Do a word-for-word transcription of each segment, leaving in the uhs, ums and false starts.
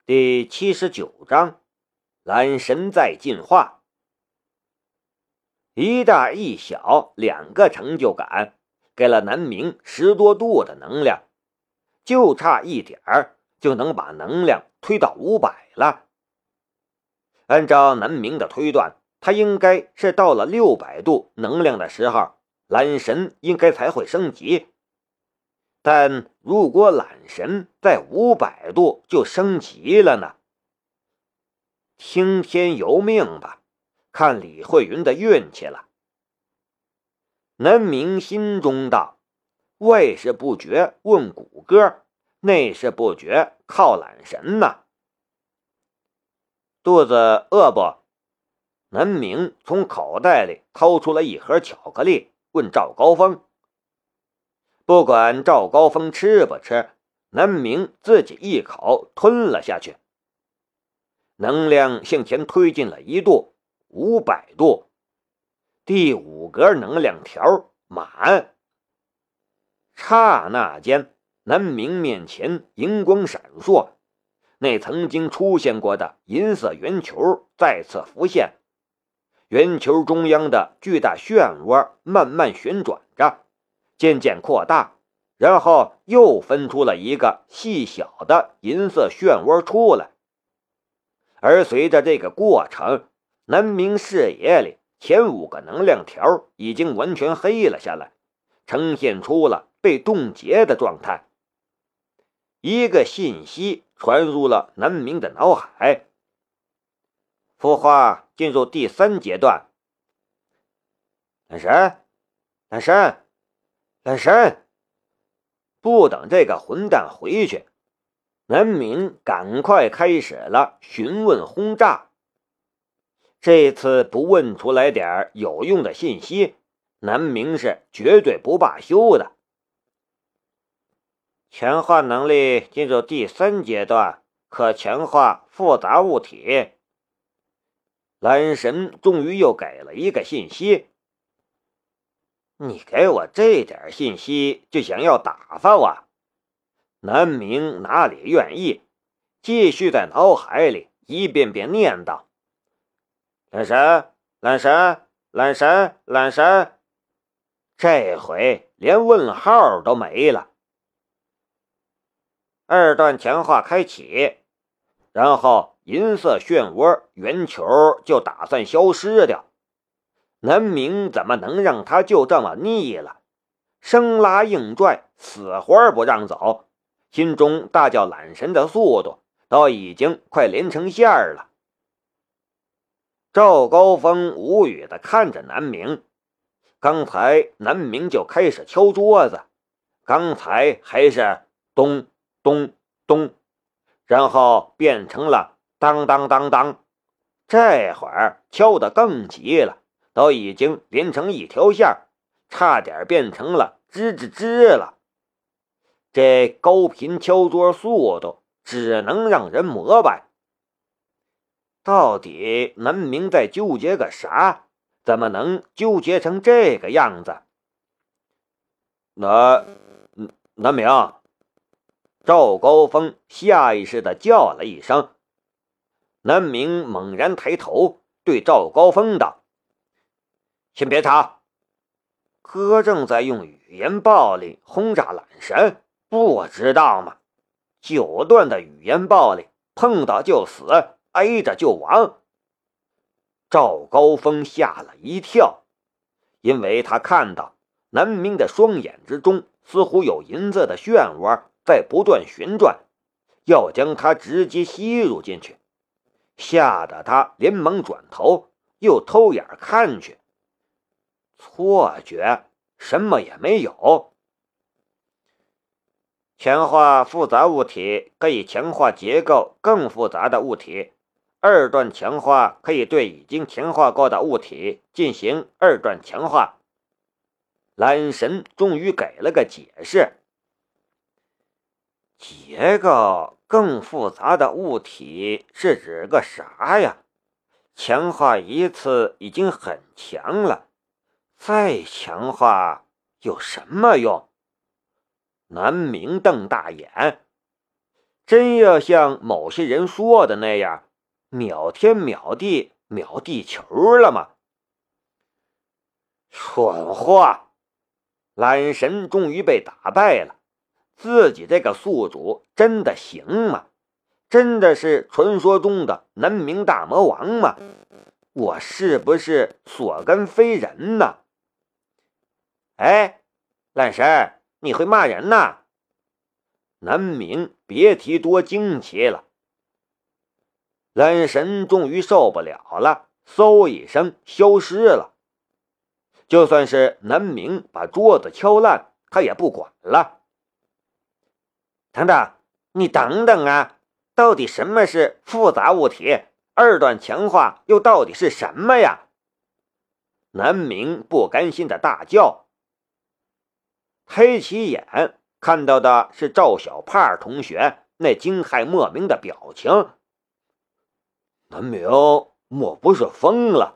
第七十九章，蓝神在进化。一大一小两个成就感，给了南明十多度的能量，就差一点儿就能把能量推到五百了。按照南明的推断，他应该是到了六百度能量的时候，蓝神应该才会升级。但如果懒神在五百度就升级了呢？听天由命吧，看李慧云的运气了。南明心中道：外是不觉问谷歌，内是不觉靠懒神呐。肚子饿不？南明从口袋里掏出了一盒巧克力，问赵高峰。不管赵高峰吃不吃，南明自己一口吞了下去。能量向前推进了一度，五百度，第五格能量条满。刹那间，南明面前银光闪烁，那曾经出现过的银色圆球再次浮现，圆球中央的巨大漩涡慢慢旋转着，渐渐扩大，然后又分出了一个细小的银色漩涡出来。而随着这个过程，南明视野里前五个能量条已经完全黑了下来，呈现出了被冻结的状态。一个信息传入了南明的脑海：孵化进入第三阶段。蓝神，蓝神，蓝神！不等这个混蛋回去，南明赶快开始了询问轰炸。这次不问出来点有用的信息，南明是绝对不罢休的。强化能力进入第三阶段，可强化复杂物体。蓝神终于又给了一个信息。你给我这点信息就想要打发我？南明哪里愿意，继续在脑海里一遍遍念叨：蓝神，蓝神，蓝神，蓝神。这回连问号都没了。二段强化开启，然后银色漩涡圆球就打算消失掉。南明怎么能让他就这么腻了？生拉硬拽，死活不让走，心中大叫懒神的速度都已经快连成线了。赵高峰无语地看着南明，刚才南明就开始敲桌子，刚才还是咚咚咚，然后变成了当当当当，这会儿敲得更急了，都已经连成一条线，差点变成了吱吱吱了。这高频敲桌速度只能让人膜拜。到底南明在纠结个啥？怎么能纠结成这个样子？南南明，赵高峰下意识地叫了一声。南明猛然抬头，对赵高峰道：先别吵，哥正在用语言暴力轰炸懒神，不知道吗？九段的语言暴力，碰到就死，挨着就亡。赵高峰吓了一跳，因为他看到南明的双眼之中似乎有银色的漩涡在不断旋转，要将他直接吸入进去，吓得他连忙转头，又偷眼看去。错觉，什么也没有。强化复杂物体可以强化结构更复杂的物体，二段强化可以对已经强化过的物体进行二段强化。蓝神终于给了个解释。结构更复杂的物体是指个啥呀？强化一次已经很强了，再强化有什么用？南明瞪大眼， 真要像某些人说的那样，秒天秒地秒地球了吗？蠢货！懒神终于被打败了，自己这个宿主真的行吗？真的是传说中的南冥大魔王吗？我是不是所根非人呢？哎，懒神，你会骂人呐？南冥别提多惊奇了。懒神终于受不了了，嗖一声消失了。就算是南冥把桌子敲烂，他也不管了。等等，你等等啊！到底什么是复杂物体？二段强化又到底是什么呀？南冥不甘心的大叫。黑起眼看到的是赵小胖同学那惊骇莫名的表情。南冥莫不是疯了？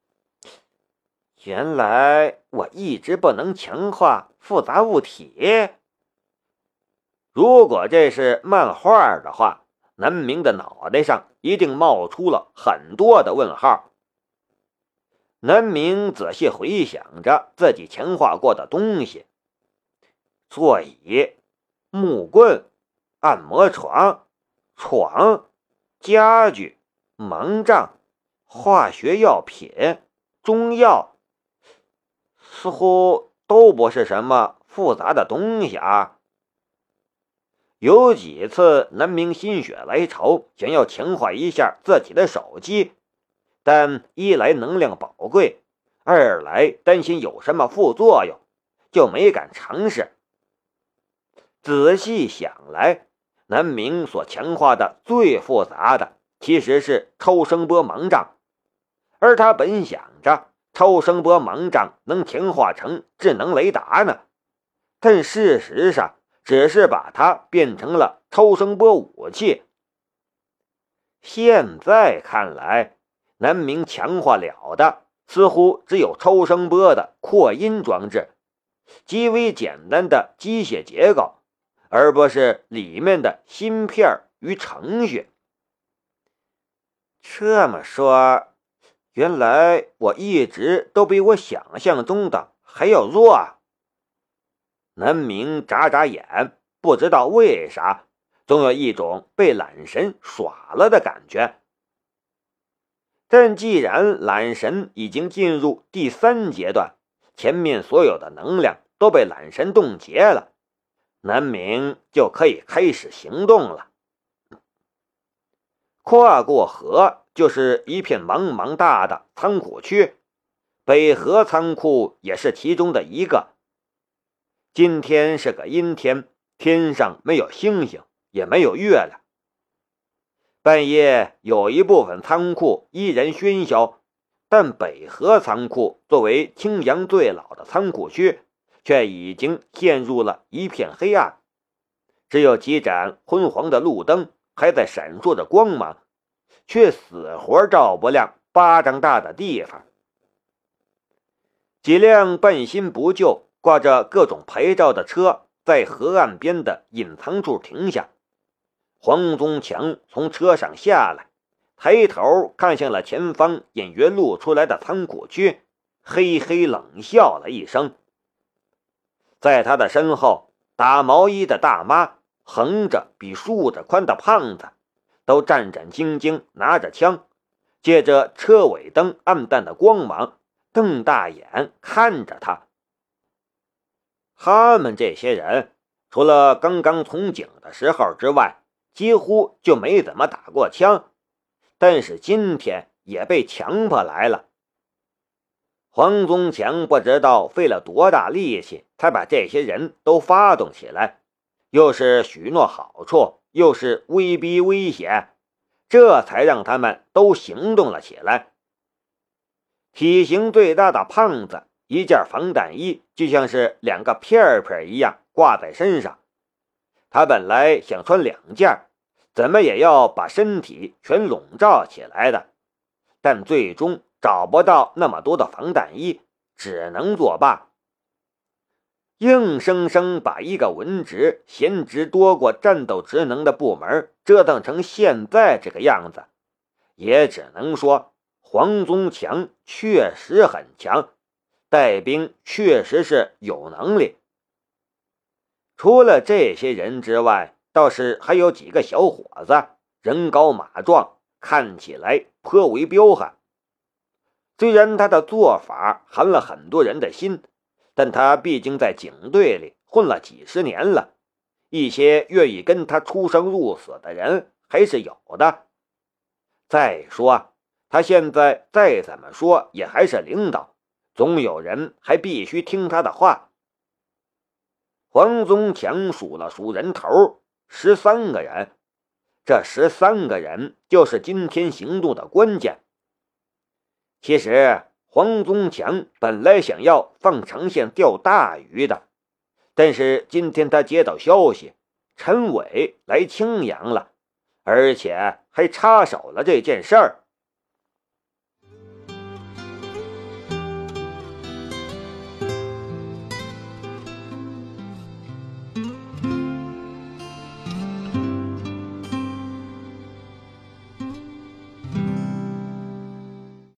原来我一直不能强化复杂物体。如果这是漫画的话，南冥的脑袋上一定冒出了很多的问号。南冥仔细回想着自己强化过的东西：座椅、木棍、按摩床、床、家具、盲杖、化学药品、中药，似乎都不是什么复杂的东西啊。有几次南冥心血来潮，想要强化一下自己的手机，但一来能量宝贵，二来担心有什么副作用，就没敢尝试。仔细想来，南冥所强化的最复杂的其实是超声波盲杖，而他本想着超声波盲杖能强化成智能雷达呢，但事实上只是把它变成了超声波武器。现在看来，南冥强化了的似乎只有超声波的扩音装置，极为简单的机械结构，而不是里面的芯片与程序。这么说，原来我一直都比我想象中的还要弱啊。南冥眨眨眼，不知道为啥，总有一种被懒神耍了的感觉。但既然懒神已经进入第三阶段，前面所有的能量都被懒神冻结了，南冥就可以开始行动了。跨过河就是一片茫茫大的仓库区，北河仓库也是其中的一个。今天是个阴天，天上没有星星，也没有月亮。半夜有一部分仓库依然喧嚣，但北河仓库作为青阳最老的仓库区，却已经陷入了一片黑暗，只有几盏昏黄的路灯还在闪烁着光芒，却死活照不亮巴掌大的地方。几辆半新不旧挂着各种牌照的车在河岸边的隐藏处停下，黄宗强从车上下来，抬头看向了前方隐约露出来的仓库区，嘿嘿冷笑了一声。在他的身后，打毛衣的大妈，横着比竖着宽的胖子，都战战兢兢拿着枪，借着车尾灯暗淡的光芒，瞪大眼看着他。他们这些人除了刚刚从警的时候之外，几乎就没怎么打过枪，但是今天也被强迫来了。黄宗强不知道费了多大力气才把这些人都发动起来，又是许诺好处，又是威逼威胁，这才让他们都行动了起来。体型最大的胖子一件防弹衣就像是两个片片一样挂在身上，他本来想穿两件，怎么也要把身体全笼罩起来的，但最终找不到那么多的防弹衣，只能作罢。 硬生生把一个文职闲职多过战斗职能的部门折腾成现在这个样子，也只能说黄宗强确实很强，带兵确实是有能力。除了这些人之外，倒是还有几个小伙子，人高马壮，看起来颇为彪悍。虽然他的做法寒了很多人的心，但他毕竟在警队里混了几十年了，一些愿意跟他出生入死的人还是有的。再说他现在再怎么说也还是领导，总有人还必须听他的话。黄宗强数了数人头，十三个人，这十三个人就是今天行动的关键。其实黄宗强本来想要放长线钓大鱼的，但是今天他接到消息，陈伟来青阳了，而且还插手了这件事儿。